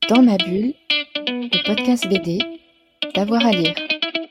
Dans ma bulle, le podcast BD, d'avoir à lire.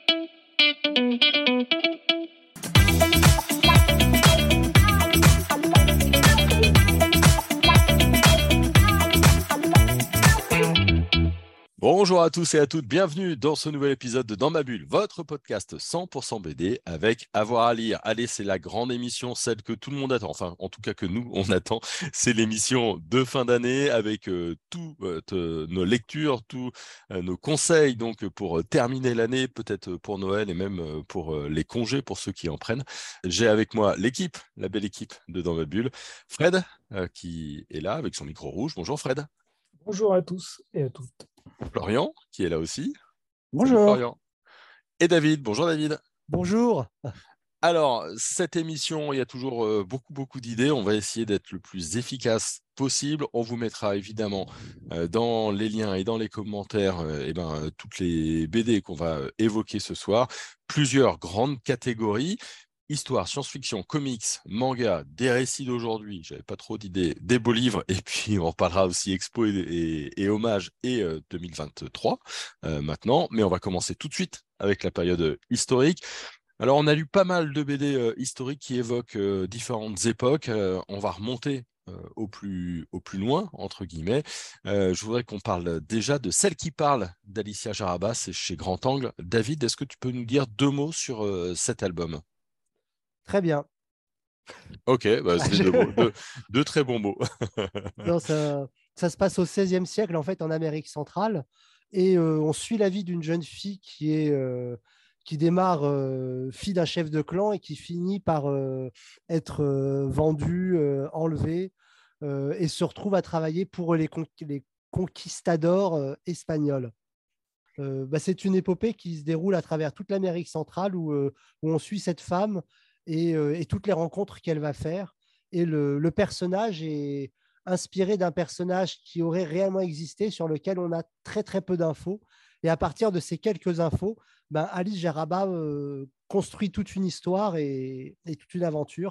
Bonjour à tous et à toutes, bienvenue dans ce nouvel épisode de Dans ma bulle, votre podcast 100% BD avec Avoir à lire. Allez, c'est la grande émission, celle que tout le monde attend, enfin en tout cas que nous on attend. C'est l'émission de fin d'année avec toutes nos lectures, tous nos conseils donc pour terminer l'année, peut-être pour Noël et même pour les congés pour ceux qui en prennent. J'ai avec moi l'équipe, la belle équipe de Dans ma bulle, Fred qui est là avec son micro rouge. Bonjour Fred. Bonjour à tous et à toutes. Florian, qui est là aussi. Salut Bonjour. Florian. Et David. Bonjour David. Bonjour. Alors, cette émission, il y a toujours beaucoup d'idées. On va essayer d'être le plus efficace possible. On vous mettra évidemment dans les liens et dans les commentaires toutes les BD qu'on va évoquer ce soir. Plusieurs grandes catégories. Histoire, science-fiction, comics, manga, des récits d'aujourd'hui, j'avais pas trop d'idées, des beaux livres, et puis on reparlera aussi expo et hommages et 2023 maintenant, mais on va commencer tout de suite avec la période historique. Alors on a lu pas mal de BD historiques qui évoquent différentes époques, on va remonter au plus loin, entre guillemets. Je voudrais qu'on parle déjà de Celle qui parle d'Alicia Jarabas, c'est chez Grand Angle. David, est-ce que tu peux nous dire deux mots sur cet album ? Très bien. Ok, c'est deux très bons mots. Non, ça se passe au XVIe siècle, en fait, en Amérique centrale. Et on suit la vie d'une jeune fille qui démarre fille d'un chef de clan et qui finit par être vendue, enlevée, et se retrouve à travailler pour les conquistadors espagnols. C'est une épopée qui se déroule à travers toute l'Amérique centrale où on suit cette femme et toutes les rencontres qu'elle va faire. Et le personnage est inspiré d'un personnage qui aurait réellement existé, sur lequel on a très peu d'infos. Et à partir de ces quelques infos, Alice Jarabas construit toute une histoire et toute une aventure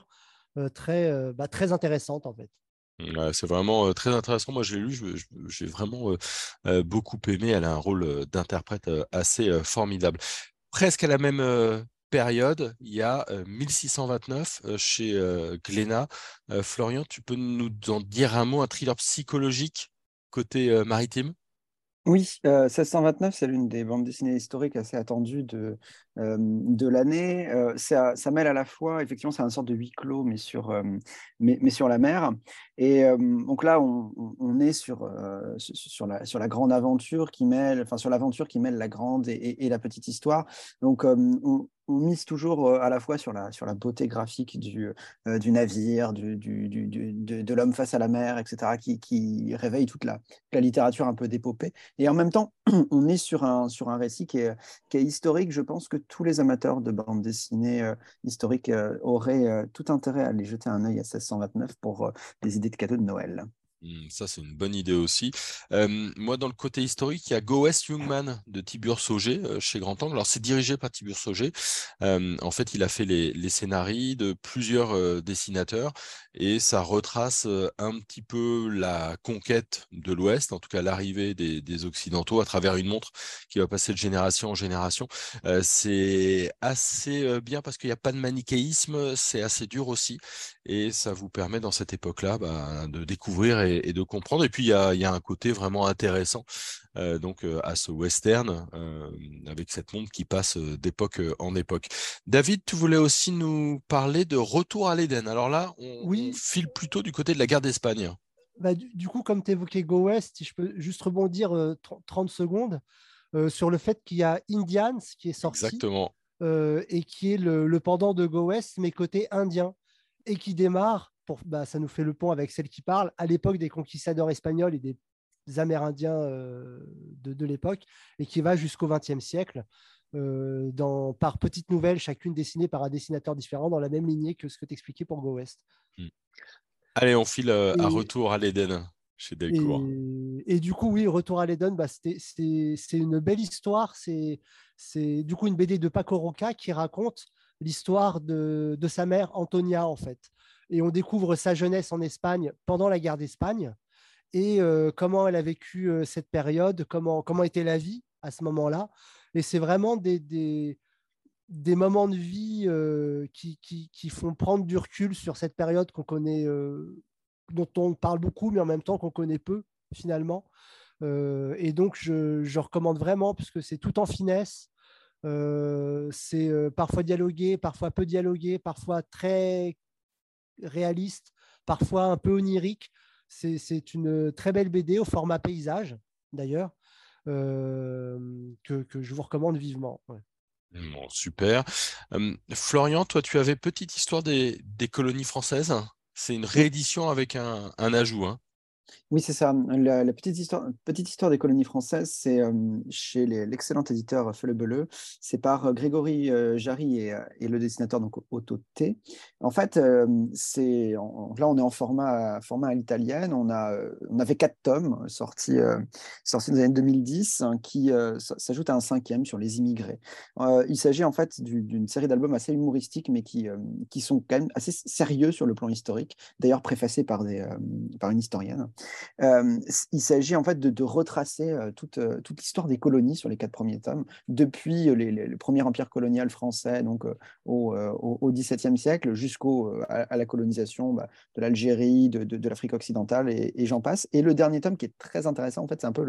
très intéressante en fait. Ouais, c'est vraiment très intéressant. Moi, je l'ai lu, j'ai vraiment beaucoup aimé. Elle a un rôle d'interprète assez formidable. Presque à la même période, il y a 1629 chez Glénat. Florian, tu peux nous en dire un mot, un thriller psychologique côté maritime ? Oui, 1629, c'est l'une des bandes dessinées historiques assez attendues de l'année. Ça mêle à la fois, effectivement, c'est une sorte de huis clos, mais sur la mer. Et donc là, on est sur la grande aventure sur l'aventure qui mêle la grande et la petite histoire. Donc, on mise toujours à la fois sur la beauté graphique du navire, de l'homme face à la mer, etc., qui réveille toute la littérature un peu d'épopée. Et en même temps, on est sur un récit qui est historique. Je pense que tous les amateurs de bande dessinée historique auraient tout intérêt à aller jeter un œil à 1629 pour des idées de cadeaux de Noël. Ça, c'est une bonne idée aussi. Moi, dans le côté historique, il y a Go West Young Man de Tibur Sauger chez Grand Angle. Alors, c'est dirigé par Tibur Sauger. En fait, il a fait les scénarios de plusieurs dessinateurs et ça retrace un petit peu la conquête de l'Ouest, en tout cas l'arrivée des Occidentaux à travers une montre qui va passer de génération en génération. C'est assez bien parce qu'il n'y a pas de manichéisme, c'est assez dur aussi et ça vous permet dans cette époque-là de découvrir et de comprendre. Et puis, il y a un côté vraiment intéressant à ce western avec cette montre qui passe d'époque en époque. David, tu voulais aussi nous parler de Retour à l'Éden. Alors là, on file plutôt du côté de la guerre d'Espagne. Du coup, comme tu évoquais Go West, si je peux juste rebondir 30 secondes sur le fait qu'il y a Indians qui est sorti. Exactement. Et qui est le pendant de Go West, mais côté indien, et qui démarre, ça nous fait le pont avec Celle qui parle, à l'époque des conquistadors espagnols et des Amérindiens de l'époque, et qui va jusqu'au XXe siècle, par petites nouvelles, chacune dessinée par un dessinateur différent, dans la même lignée que ce que tu expliquais pour Go West. Allez, on file à Retour à l'Éden chez Delcourt. Et du coup, oui, Retour à l'Éden, c'est une belle histoire. C'est du coup une BD de Paco Roca qui raconte l'histoire de sa mère Antonia, en fait. Et on découvre sa jeunesse en Espagne pendant la guerre d'Espagne. et comment elle a vécu cette période, comment était la vie à ce moment-là. Et c'est vraiment des moments de vie qui font prendre du recul sur cette période qu'on connaît, dont on parle beaucoup, mais en même temps qu'on connaît peu finalement. Et donc, je recommande vraiment, parce que c'est tout en finesse. C'est parfois dialogué, parfois peu dialogué, parfois très réaliste, parfois un peu onirique. C'est une très belle BD au format paysage, d'ailleurs, que je vous recommande vivement. Ouais. Bon, super. Florian, toi, tu avais Petite histoire des colonies françaises. C'est une Oui, réédition avec un ajout, hein. oui, c'est ça. La petite histoire des colonies françaises, c'est chez l'excellent éditeur Feuille-Beleu. C'est par Grégory Jarry et le dessinateur donc Otto T. En fait, là, on est en format à l'italienne. On avait 4 tomes sortis dans les années 2010 hein, qui s'ajoutent à un 5e sur les immigrés. Il s'agit en fait d'une série d'albums assez humoristiques, mais qui sont quand même assez sérieux sur le plan historique, d'ailleurs préfacés par une historienne. Il s'agit en fait de retracer toute l'histoire des colonies sur les 4 premiers tomes, depuis le premier empire colonial français, donc au XVIIe siècle, à la colonisation de l'Algérie, de l'Afrique occidentale, et j'en passe. Et le dernier tome qui est très intéressant, en fait, c'est un peu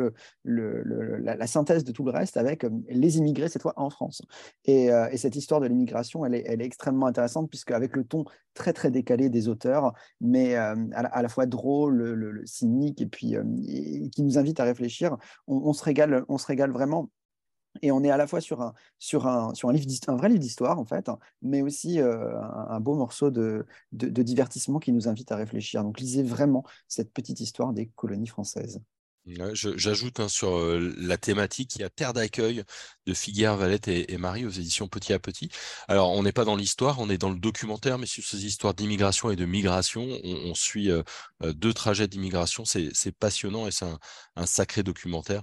la synthèse de tout le reste avec les immigrés, cette fois en France. Et cette histoire de l'immigration, elle est extrêmement intéressante, puisque avec le ton très très décalé des auteurs, mais à la fois drôle, cynique, et qui nous invite à réfléchir. On se régale vraiment. Et on est à la fois sur un vrai livre d'histoire, en fait, hein, mais aussi un beau morceau de divertissement qui nous invite à réfléchir. Donc, lisez vraiment cette petite histoire des colonies françaises. Ouais, j'ajoute hein, sur la thématique, il y a Terre d'accueil de Figuère, Valette et Marie aux éditions Petit à Petit. Alors, on n'est pas dans l'histoire, on est dans le documentaire, mais sur ces histoires d'immigration et de migration, on suit 2 trajets d'immigration. C'est passionnant et c'est un sacré documentaire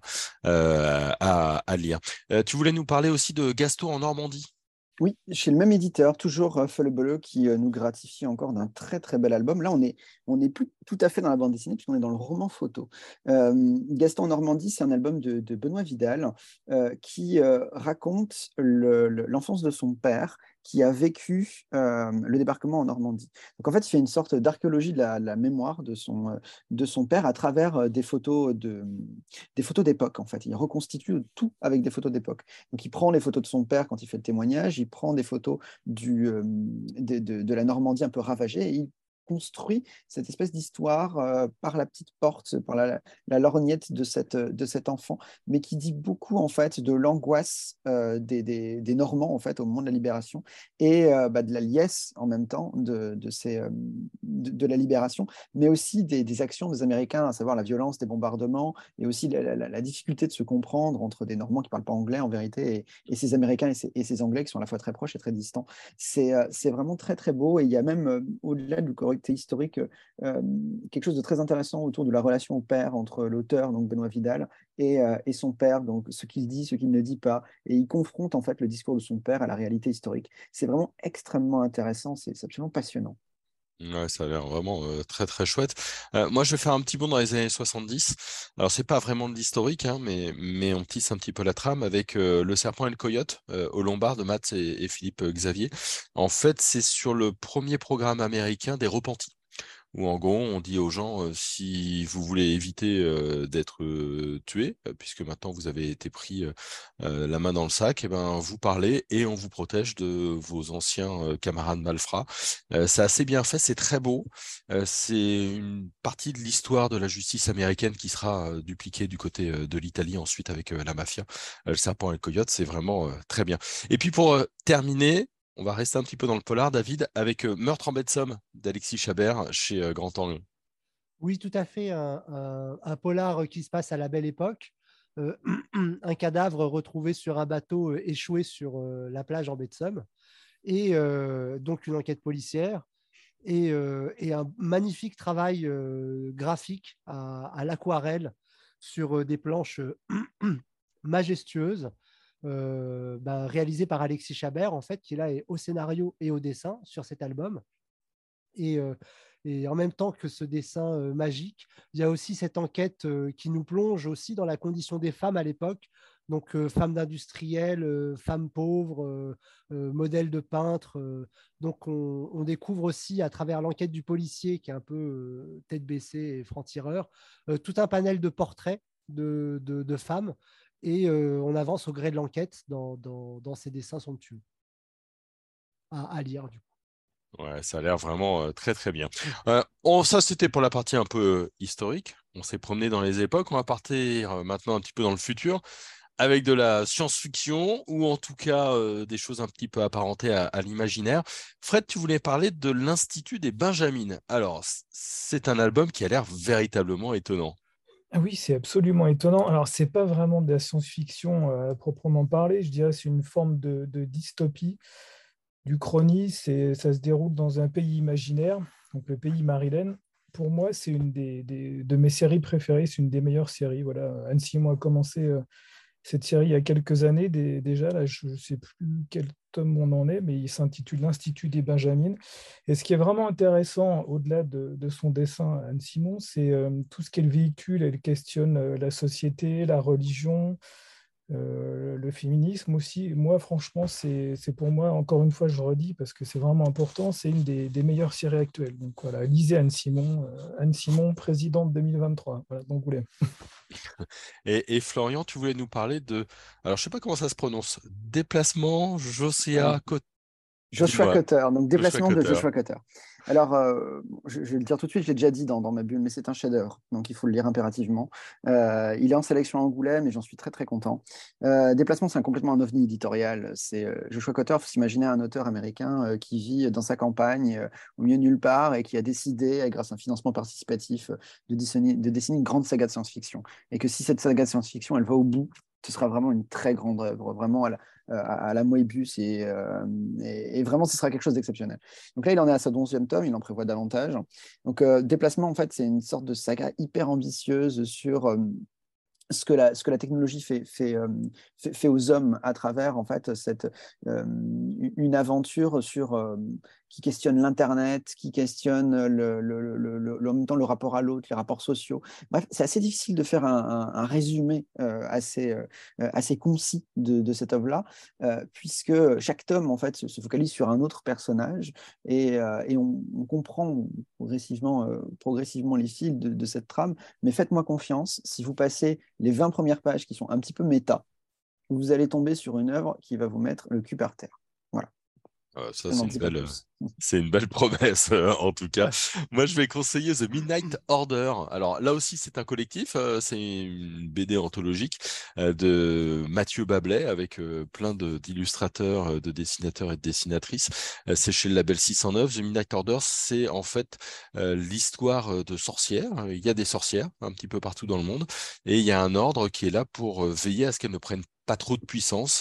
à lire. Tu voulais nous parler aussi de Gaston en Normandie? Oui, chez le même éditeur, toujours Feuille-Beleu, qui nous gratifie encore d'un très très bel album. Là, on est plus tout à fait dans la bande dessinée, puisqu'on est dans le roman photo. Gaston en Normandie, c'est un album de Benoît Vidal qui raconte l'enfance de son père, qui a vécu le débarquement en Normandie. Donc en fait, il fait une sorte d'archéologie de la mémoire de son père à travers des photos d'époque. En fait, il reconstitue tout avec des photos d'époque. Donc, il prend les photos de son père quand il fait le témoignage, il prend des photos de la Normandie un peu ravagée, et il construit cette espèce d'histoire par la petite porte, par la lorgnette de cet enfant, mais qui dit beaucoup en fait de l'angoisse des Normands en fait au moment de la libération, et de la liesse en même temps de la libération, mais aussi des actions des Américains, à savoir la violence des bombardements, et aussi la difficulté de se comprendre entre des Normands qui ne parlent pas anglais en vérité, et ces Américains et ces Anglais qui sont à la fois très proches et très distants. C'est vraiment très très beau, et il y a même, au-delà du côté historique, quelque chose de très intéressant autour de la relation au père entre l'auteur, donc Benoît Vidal, et son père, donc ce qu'il dit, ce qu'il ne dit pas, et il confronte en fait le discours de son père à la réalité historique. C'est vraiment extrêmement intéressant, c'est absolument passionnant. Ouais, ça a l'air vraiment très très chouette. Moi, je vais faire un petit bond dans les années 70. Alors, c'est pas vraiment de l'historique, hein, mais on tisse un petit peu la trame avec Le Serpent et le Coyote au Lombard de Matt et Philippe Xavier. En fait, c'est sur le premier programme américain des repentis, où en gros on dit aux gens si vous voulez éviter d'être tué, puisque maintenant vous avez été pris la main dans le sac, et ben vous parlez et on vous protège de vos anciens camarades malfrats. C'est assez bien fait, c'est très beau. C'est une partie de l'histoire de la justice américaine qui sera dupliquée du côté de l'Italie ensuite avec la mafia. Le serpent et le coyote, c'est vraiment très bien. Et puis pour terminer, on va rester un petit peu dans le polar, David, avec Meurtre en baie de Somme d'Alexis Chabert chez Grand Angle. Oui, tout à fait. Un polar qui se passe à la Belle Époque. Euh, un cadavre retrouvé sur un bateau échoué sur la plage en baie de Somme. Et donc une enquête policière. Et un magnifique travail graphique à l'aquarelle sur des planches majestueuses, réalisées par Alexis Chabert, en fait, qui là est au scénario et au dessin sur cet album. Et Et en même temps que ce dessin magique, il y a aussi cette enquête qui nous plonge aussi dans la condition des femmes à l'époque. Donc, femmes d'industriels, femmes pauvres, modèles de peintres. Donc, on découvre aussi à travers l'enquête du policier, qui est un peu tête baissée et franc-tireur, tout un panel de portraits de femmes. Et on avance au gré de l'enquête dans ces dessins somptueux à lire, du coup. Ouais, ça a l'air vraiment très très bien. Ça, c'était pour la partie un peu historique. On s'est promené dans les époques. On va partir maintenant un petit peu dans le futur avec de la science-fiction ou en tout cas des choses un petit peu apparentées à l'imaginaire. Fred, tu voulais parler de l'Institut des Benjamines. Alors, c'est un album qui a l'air véritablement étonnant. Ah oui, c'est absolument étonnant. Alors, c'est pas vraiment de la science-fiction à proprement parler. Je dirais que c'est une forme de dystopie. Du Chronie, ça se déroule dans un pays imaginaire, donc le pays Marilyn. Pour moi, c'est une de mes séries préférées, c'est une des meilleures séries. Voilà, Anne Simon a commencé cette série il y a quelques années déjà. Là, je ne sais plus quel tome on en est, mais il s'intitule L'Institut des Benjamines. Et ce qui est vraiment intéressant, au-delà de son dessin, Anne Simon, c'est tout ce qu'elle véhicule. Elle questionne la société, la religion, le féminisme aussi. Moi, franchement, c'est pour moi, encore une fois, je redis, parce que c'est vraiment important, c'est une des meilleures séries actuelles. Donc voilà, lisez Anne Simon, présidente 2023. Voilà, donc vous voulez. Et Florian, tu voulais nous parler de... Alors, je sais pas comment ça se prononce. Déplacement Josiah Cotter. Joshua Dis-moi. Cutter, donc Joshua déplacement de Cotter. Joshua Cutter. Alors, je vais le dire tout de suite, je l'ai déjà dit dans ma bulle, mais c'est un chef-d'œuvre, donc il faut le lire impérativement. Il est en sélection à Angoulême et j'en suis très très content. Déplacement, c'est complètement un ovni éditorial. C'est Joshua Cotter, il faut s'imaginer un auteur américain qui vit dans sa campagne, au milieu de nulle part, et qui a décidé, grâce à un financement participatif, de dessiner une grande saga de science-fiction. Et que si cette saga de science-fiction, elle va au bout, ce sera vraiment une très grande œuvre, vraiment à la Moebius, et vraiment, ce sera quelque chose d'exceptionnel. Donc là, il en est à sa 11e tome, il en prévoit davantage. Donc, Déplacement, en fait, c'est une sorte de saga hyper ambitieuse sur ce que la technologie fait aux hommes à travers en fait une aventure qui questionne l'Internet, qui questionne en même temps le rapport à l'autre, les rapports sociaux. Bref, c'est assez difficile de faire un résumé assez concis de cette œuvre-là, puisque chaque tome en fait se focalise sur un autre personnage et on comprend progressivement les fils de cette trame. Mais faites-moi confiance, si vous passez les 20 premières pages qui sont un petit peu méta, vous allez tomber sur une œuvre qui va vous mettre le cul par terre. Voilà. Ça, Je n'en dis pas plus. c'est une belle promesse, en tout cas. Moi, je vais conseiller The Midnight Order. Alors, là aussi, c'est un collectif. C'est une BD anthologique de Mathieu Bablet avec plein d'illustrateurs, de dessinateurs et de dessinatrices. C'est chez le label 609. The Midnight Order, c'est en fait l'histoire de sorcières. Il y a des sorcières un petit peu partout dans le monde. Et il y a un ordre qui est là pour veiller à ce qu'elles ne prennent pas trop de puissance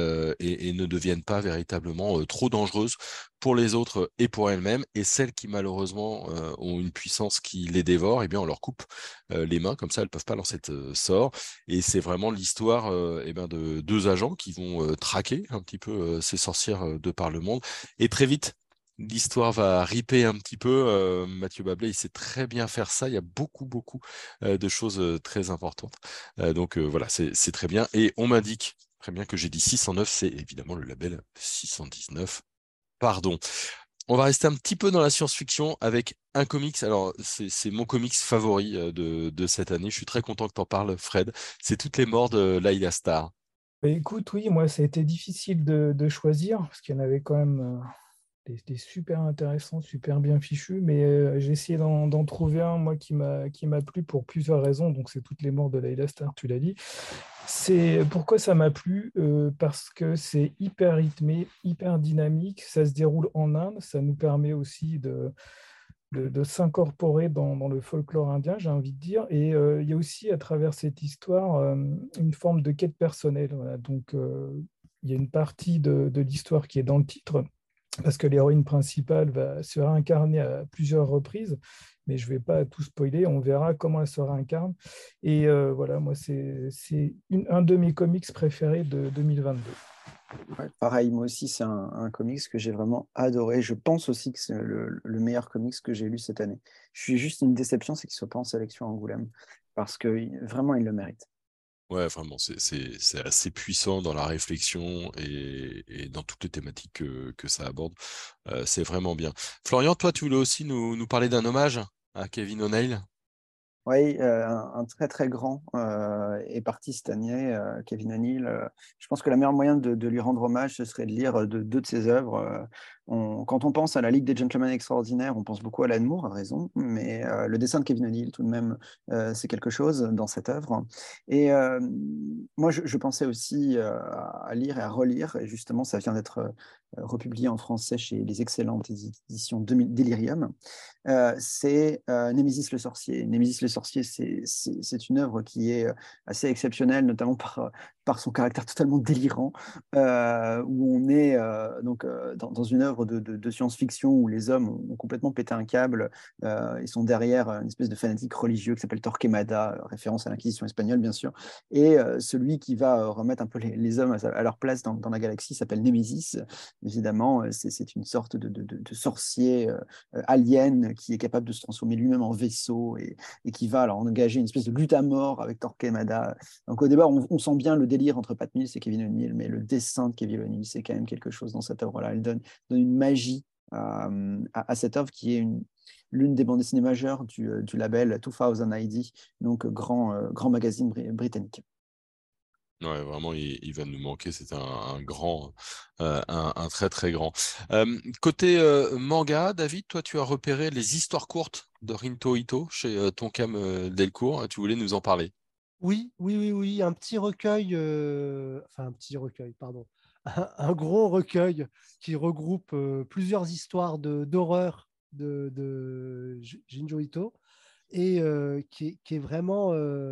et ne deviennent pas véritablement trop dangereuses pour les autres et pour elles-mêmes. Et celles qui malheureusement ont une puissance qui les dévore, eh bien on leur coupe les mains, comme ça elles peuvent pas lancer de sort. Et c'est vraiment l'histoire de deux agents qui vont traquer un petit peu ces sorcières de par le monde. Et très vite, l'histoire va riper un petit peu. Mathieu Bablet, il sait très bien faire ça. Il y a beaucoup de choses très importantes. Donc voilà, c'est très bien. Et on m'indique très bien que j'ai dit 609, c'est évidemment le label 619. Pardon. On va rester un petit peu dans la science-fiction avec un comics. Alors, c'est mon comics favori de cette année. Je suis très content que tu en parles, Fred. C'est Toutes les morts de Layla Starr. Bah, écoute, oui, moi, ça a été difficile de choisir, parce qu'il y en avait quand même des super intéressants, super bien fichus, mais j'ai essayé d'en trouver un, moi, qui m'a plu pour plusieurs raisons. Donc, c'est Toutes les morts de Layla Starr, tu l'as dit. Pourquoi ça m'a plu? Parce que c'est hyper rythmé, hyper dynamique, ça se déroule en Inde, ça nous permet aussi de s'incorporer dans le folklore indien, j'ai envie de dire. Et il y a aussi, à travers cette histoire, une forme de quête personnelle. Voilà. Donc, il y a une partie de l'histoire qui est dans le titre, parce que l'héroïne principale va se réincarner à plusieurs reprises, mais je ne vais pas tout spoiler, on verra comment elle se réincarne. Et voilà, moi, c'est un de mes comics préférés de 2022. Ouais, pareil, moi aussi, c'est un comics que j'ai vraiment adoré. Je pense aussi que c'est le meilleur comics que j'ai lu cette année. Je suis juste une déception, c'est qu'il ne soit pas en sélection à Angoulême, parce que vraiment, il le mérite. Ouais, vraiment, c'est assez puissant dans la réflexion et dans toutes les thématiques que ça aborde. C'est vraiment bien. Florian, toi, tu voulais aussi nous parler d'un hommage à Kevin O'Neill? Oui, un très très grand est parti cette année, Kevin O'Neill. Je pense que la meilleure moyen de lui rendre hommage, ce serait de lire deux de ses œuvres. Quand on pense à la Ligue des Gentlemen Extraordinaires, on pense beaucoup à Alan Moore, à raison, mais le dessin de Kevin O'Neill, tout de même, c'est quelque chose dans cette œuvre. Et moi, je pensais aussi à lire et à relire, et justement, ça vient d'être republié en français chez les excellentes éditions Delirium. C'est Némésis le sorcier. Némésis le sorcier, c'est une œuvre qui est assez exceptionnelle, notamment par son caractère totalement délirant, où on est dans une œuvre de science-fiction où les hommes ont complètement pété un câble. Ils sont derrière une espèce de fanatique religieux qui s'appelle Torquemada, référence à l'Inquisition espagnole, bien sûr. Et celui qui va remettre un peu les hommes à leur place dans la galaxie s'appelle Némésis. Évidemment, c'est une sorte de sorcier alien qui est capable de se transformer lui-même en vaisseau et qui va alors engager une espèce de lutte à mort avec Torquemada. Donc au départ, on sent bien le délire entre Pat Mills et Kevin O'Neill, mais le dessin de Kevin O'Neill, c'est quand même quelque chose dans cette œuvre-là. Elle donne une magie à cette œuvre qui est l'une des bandes dessinées majeures du label 2000 ID, donc grand magazine britannique. Ouais, vraiment, il va nous manquer. C'est un grand, un très très grand. Côté manga, David, toi, tu as repéré les histoires courtes de Rinto Ito chez Tonkam Delcourt. Tu voulais nous en parler. Oui, oui, oui, oui, un petit recueil, enfin un petit recueil, pardon, un gros recueil qui regroupe plusieurs histoires d'horreur de Junji Ito et qui est vraiment.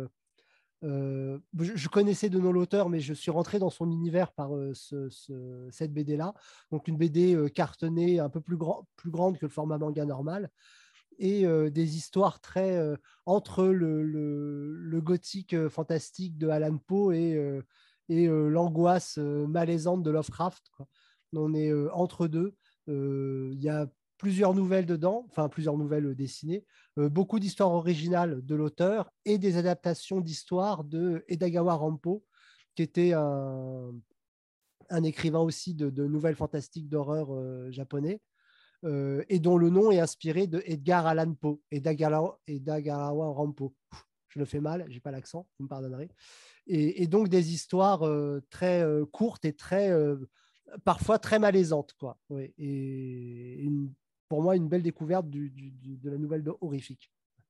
Je connaissais de nom l'auteur, mais je suis rentré dans son univers par cette BD-là. Donc une BD cartonnée un peu plus grande que le format manga normal et des histoires très entre le gothique fantastique de Alan Poe et l'angoisse malaisante de Lovecraft, quoi. On est entre deux. Il y a plusieurs nouvelles dedans, enfin plusieurs nouvelles dessinées, beaucoup d'histoires originales de l'auteur et des adaptations d'histoires de Edagawa Rampo, qui était un écrivain aussi de nouvelles fantastiques d'horreur japonais et dont le nom est inspiré de Edgar Allan Poe, Edagawa Rampo. Je le fais mal, j'ai pas l'accent, vous me pardonnerez. Et donc des histoires très courtes et très parfois très malaisantes, quoi. Ouais. Et pour moi, une belle découverte de la nouvelle horrifique.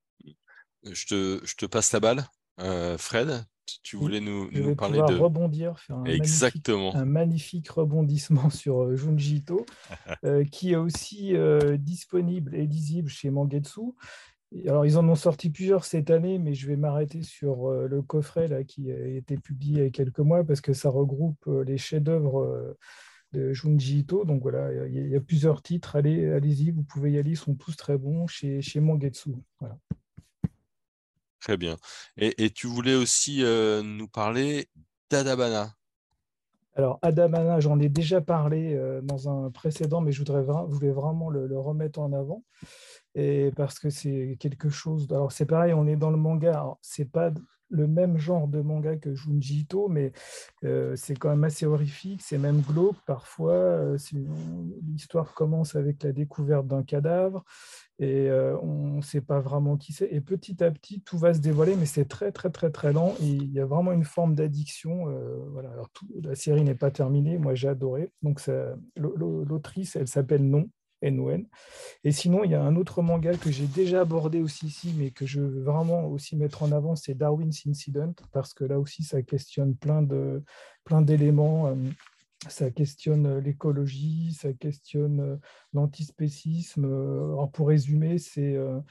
Je te passe la balle. Fred, tu Oui, voulais je nous vais parler pouvoir de... rebondir, faire Exactement. un magnifique rebondissement sur Junji Ito, qui est aussi disponible et lisible chez Mangetsu. Alors, ils en ont sorti plusieurs cette année, mais je vais m'arrêter sur le coffret là, qui a été publié il y a quelques mois parce que ça regroupe les chefs-d'œuvre de Junji Ito. Donc voilà, il y a plusieurs titres. Allez-y, vous pouvez y aller, ils sont tous très bons chez Mangetsu. Voilà. Très bien. Et tu voulais aussi nous parler d'Adabana. Alors, Adamana, j'en ai déjà parlé dans un précédent, mais voulais vraiment le remettre en avant. Et parce que c'est quelque chose. Alors, c'est pareil, on est dans le manga. Alors, c'est pas le même genre de manga que Junji Ito, mais c'est quand même assez horrifique, c'est même glauque parfois. L'histoire commence avec la découverte d'un cadavre et on ne sait pas vraiment qui c'est. Et petit à petit, tout va se dévoiler, mais c'est très, très, très, très lent. Et il y a vraiment une forme d'addiction. Voilà. Alors, la série n'est pas terminée. Moi, j'ai adoré. Donc, l'autrice, elle s'appelle Non. N-O-N. Et sinon, il y a un autre manga que j'ai déjà abordé aussi ici, mais que je veux vraiment aussi mettre en avant, c'est Darwin's Incident, parce que là aussi, ça questionne plein d'éléments. Ça questionne l'écologie, ça questionne l'antispécisme. Alors pour résumer,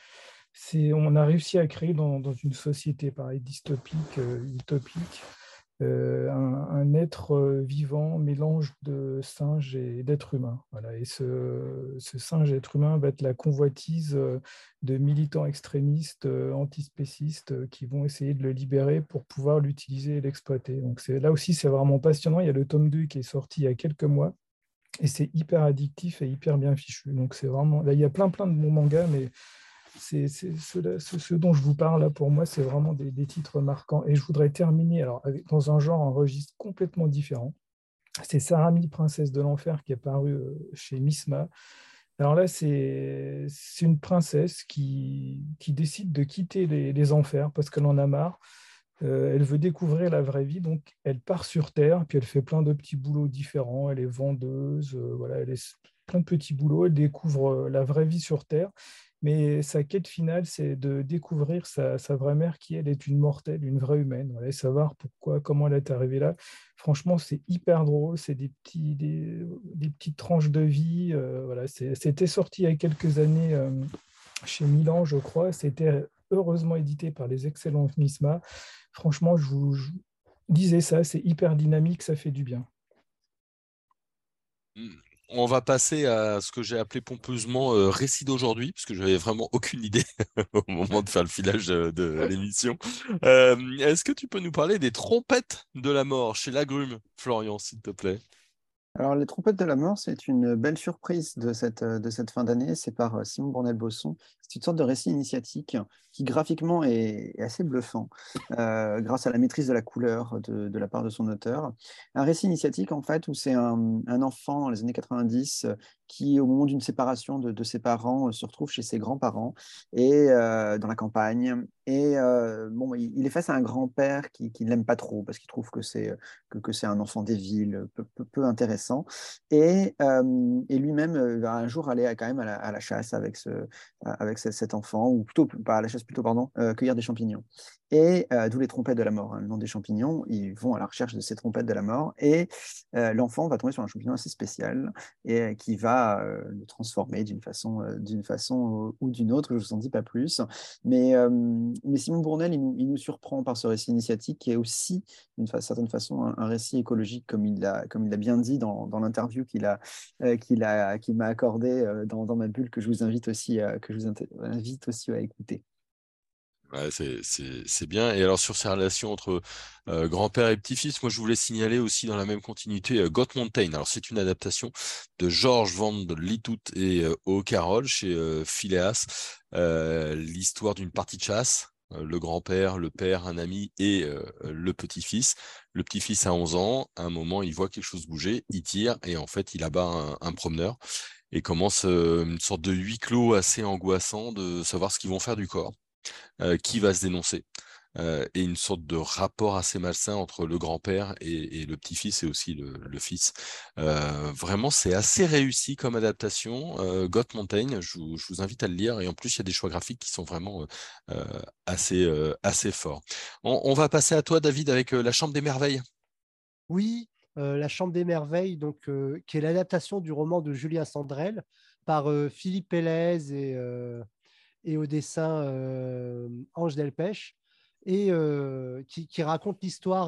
on a réussi à créer dans une société pareil, dystopique, utopique, un être vivant, mélange de singe et d'être humain. Voilà. Et ce singe être humain va être la convoitise de militants extrémistes, antispécistes, qui vont essayer de le libérer pour pouvoir l'utiliser et l'exploiter. Donc là aussi, c'est vraiment passionnant. Il y a le tome 2 qui est sorti il y a quelques mois. Et c'est hyper addictif et hyper bien fichu. Donc c'est vraiment... Là, il y a plein de bons mangas, mais ce dont je vous parle là, pour moi, c'est vraiment des titres marquants. Et je voudrais terminer dans un genre, un registre complètement différent. C'est Sarami, princesse de l'enfer, qui est paru chez Misma. Alors là, c'est une princesse qui décide de quitter les enfers parce qu'elle en a marre. Elle veut découvrir la vraie vie, donc elle part sur Terre, puis elle fait plein de petits boulots différents. Elle est vendeuse, voilà, elle est plein de petits boulots. Elle découvre la vraie vie sur Terre, mais sa quête finale, c'est de découvrir sa vraie mère, qui elle est une mortelle, une vraie humaine. Voilà, et savoir pourquoi, comment elle est arrivée là. Franchement, c'est hyper drôle. C'est des petites tranches de vie. Voilà, c'était sorti il y a quelques années chez Milan, je crois. C'était heureusement édité par les excellents Misma. Franchement, je vous disais ça, c'est hyper dynamique, ça fait du bien. On va passer à ce que j'ai appelé pompeusement récit d'aujourd'hui, parce que je n'avais vraiment aucune idée au moment de faire le filage de l'émission. Est-ce que tu peux nous parler des trompettes de la mort chez Lagrume, Florian, s'il te plaît? Alors, Les Trompettes de la Mort, c'est une belle surprise de cette fin d'année. C'est par Simon Bournel-Bosson. C'est une sorte de récit initiatique qui, graphiquement, est assez bluffant, grâce à la maîtrise de la couleur de la part de son auteur. Un récit initiatique, en fait, où c'est un enfant dans les années 90 qui, au moment d'une séparation de ses parents, se retrouve chez ses grands-parents et dans la campagne. Et bon, il est face à un grand-père qui ne l'aime pas trop parce qu'il trouve que c'est un enfant des villes, peu intéressant. Et lui-même va un jour aller quand même à la chasse avec cet enfant, ou plutôt, pas à la chasse, plutôt, pardon, cueillir des champignons. Et d'où les trompettes de la mort, hein, le nom des champignons. Ils vont à la recherche de ces trompettes de la mort. Et l'enfant va tomber sur un champignon assez spécial et qui va le transformer d'une façon ou d'une autre. Je ne vous en dis pas plus. Mais Simon Bournel, il nous surprend par ce récit initiatique qui est aussi, d'une certaine façon, un récit écologique, comme il l'a bien dit dans l'interview qu'il m'a accordé dans ma bulle, que je vous invite aussi à écouter. Ouais, c'est bien. Et alors sur ces relations entre grand-père et petit-fils, moi je voulais signaler aussi dans la même continuité Got Mountain. Alors c'est une adaptation de George Van Litout et O'Carroll chez Phileas. L'histoire d'une partie de chasse. Le grand-père, le père, un ami et le petit-fils. Le petit-fils a 11 ans. À un moment, il voit quelque chose bouger, il tire et en fait, il abat un promeneur et commence une sorte de huis clos assez angoissant de savoir ce qu'ils vont faire du corps. Qui va se dénoncer. Et une sorte de rapport assez malsain entre le grand-père et le petit-fils et aussi le fils. Vraiment, c'est assez réussi comme adaptation. Got Mountain, je vous invite à le lire. Et en plus, il y a des choix graphiques qui sont vraiment assez forts. On va passer à toi, David, avec La Chambre des Merveilles. Oui, La Chambre des Merveilles, donc, qui est l'adaptation du roman de Julien Sandrel par Philippe Pélez et au dessin Ange Delpech, et qui raconte l'histoire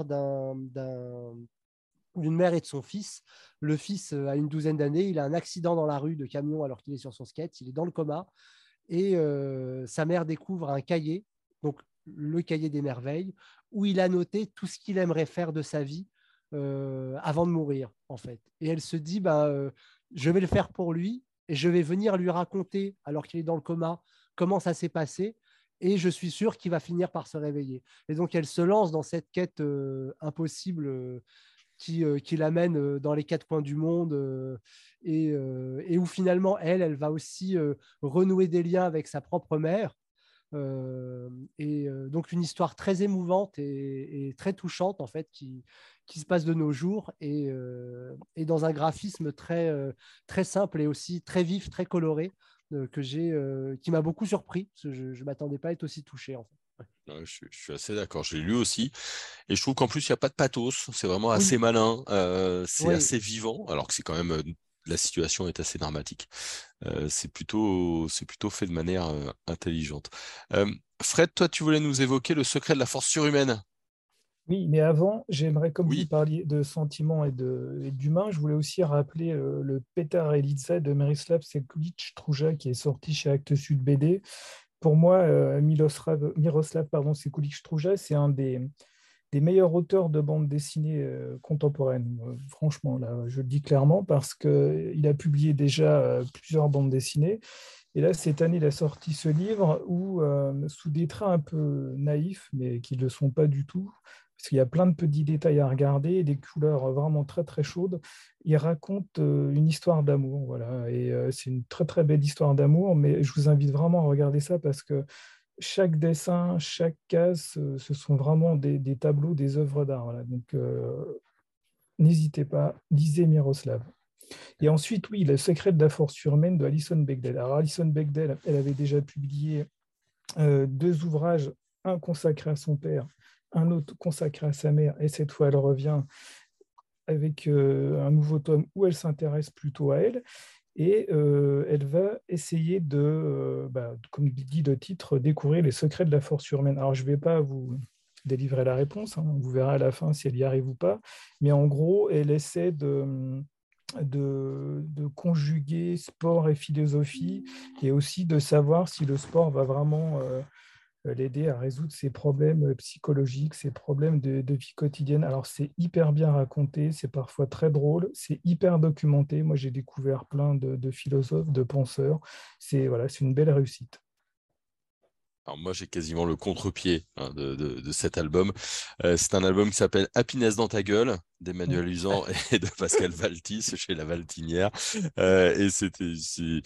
d'une mère et de son fils. Le fils a une douzaine d'années, il a un accident dans la rue de camion alors qu'il est sur son skate, il est dans le coma, et sa mère découvre un cahier, donc le cahier des merveilles, où il a noté tout ce qu'il aimerait faire de sa vie avant de mourir, en fait. Et elle se dit, je vais le faire pour lui, et je vais venir lui raconter, alors qu'il est dans le coma, comment ça s'est passé, et je suis sûr qu'il va finir par se réveiller. Et donc, elle se lance dans cette quête impossible qui l'amène dans les quatre coins du monde et où finalement, elle va aussi renouer des liens avec sa propre mère. Donc, une histoire très émouvante et très touchante, en fait, qui se passe de nos jours et dans un graphisme très simple et aussi très vif, très coloré, qui m'a beaucoup surpris, parce que je ne m'attendais pas à être aussi touché, en fait. Ouais, je suis assez d'accord. J'ai lu aussi. Et je trouve qu'en plus, il n'y a pas de pathos. C'est vraiment assez Oui, malin. C'est oui. assez vivant, alors que c'est quand même la situation est assez dramatique. C'est plutôt fait de manière intelligente. Fred, toi, tu voulais nous évoquer Le secret de la force surhumaine. Oui, mais avant, j'aimerais, comme vous Oui, parliez de sentiments et d'humain, je voulais aussi rappeler le Petar Elitsa de Miroslav Sekulic-Struja qui est sorti chez Actes Sud BD. Pour moi, Miroslav Sekulic-Struja, c'est un des meilleurs auteurs de bande dessinée contemporaine. Franchement, là, je le dis clairement parce qu'il a publié déjà plusieurs bandes dessinées. Et là, cette année, il a sorti ce livre où, sous des traits un peu naïfs, mais qui ne le sont pas du tout, parce qu'il y a plein de petits détails à regarder, et des couleurs vraiment très très chaudes, il raconte une histoire d'amour. Voilà. Et c'est une très très belle histoire d'amour, mais je vous invite vraiment à regarder ça parce que chaque dessin, chaque case, ce sont vraiment des tableaux, des œuvres d'art. Voilà. Donc, n'hésitez pas, lisez Miroslav. Et ensuite, oui, Le secret de la force surhumaine de Alison Bechdel. Alors, Alison Bechdel, elle avait déjà publié deux ouvrages, un consacré à son père, un autre consacré à sa mère, et cette fois, elle revient avec un nouveau tome où elle s'intéresse plutôt à elle, et elle va essayer comme dit le titre, découvrir les secrets de la force surhumaine. Alors, je ne vais pas vous délivrer la réponse, hein, vous verrez à la fin si elle y arrive ou pas, mais en gros, elle essaie de conjuguer sport et philosophie, et aussi de savoir si le sport va vraiment l'aider à résoudre ses problèmes psychologiques, ses problèmes de vie quotidienne. Alors, c'est hyper bien raconté, c'est parfois très drôle, c'est hyper documenté. Moi, j'ai découvert plein de philosophes, de penseurs. Voilà, c'est une belle réussite. alors moi j'ai quasiment le contre-pied de cet album. C'est un album qui s'appelle Happiness dans ta gueule d'Emmanuel Uzan et de Pascal Valty, c'est chez La Valtinière. Et c'est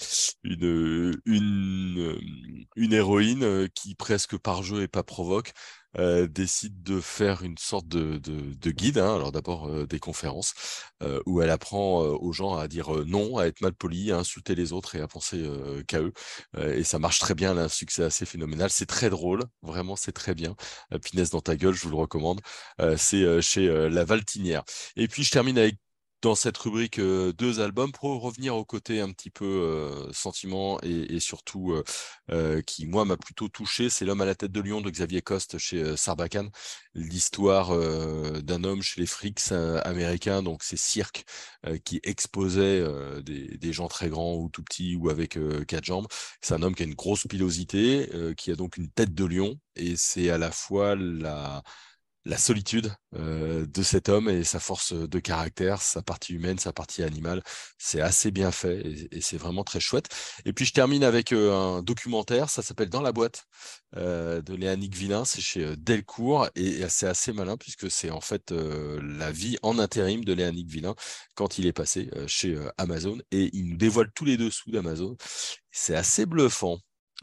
une héroïne qui, presque par jeu et pas provoque, décide de faire une sorte de guide. Hein. Alors d'abord des conférences où elle apprend aux gens à dire non, à être mal poli, à insulter les autres et à penser qu'à eux. Et ça marche très bien, elle a un succès assez phénoménal. C'est très drôle, vraiment, c'est très bien. Pinesse dans ta gueule, je vous le recommande. C'est chez La Valtinière. Et puis, je termine avec, dans cette rubrique, deux albums pour revenir au côté un petit peu sentiment et surtout qui, moi, m'a plutôt touché. C'est L'homme à la tête de lion de Xavier Coste chez Sarbacane. L'histoire d'un homme chez les frics américains, donc ces cirques qui exposaient des gens très grands ou tout petits ou avec quatre jambes. C'est un homme qui a une grosse pilosité, qui a donc une tête de lion, et c'est à la fois la solitude de cet homme et sa force de caractère, sa partie humaine, sa partie animale. C'est assez bien fait et c'est vraiment très chouette. Et puis je termine avec un documentaire, ça s'appelle Dans la boîte de Léanique Villain, c'est chez Delcourt et c'est assez malin puisque c'est en fait la vie en intérim de Léanique Villain quand il est passé chez Amazon, et il nous dévoile tous les dessous d'Amazon. C'est assez bluffant.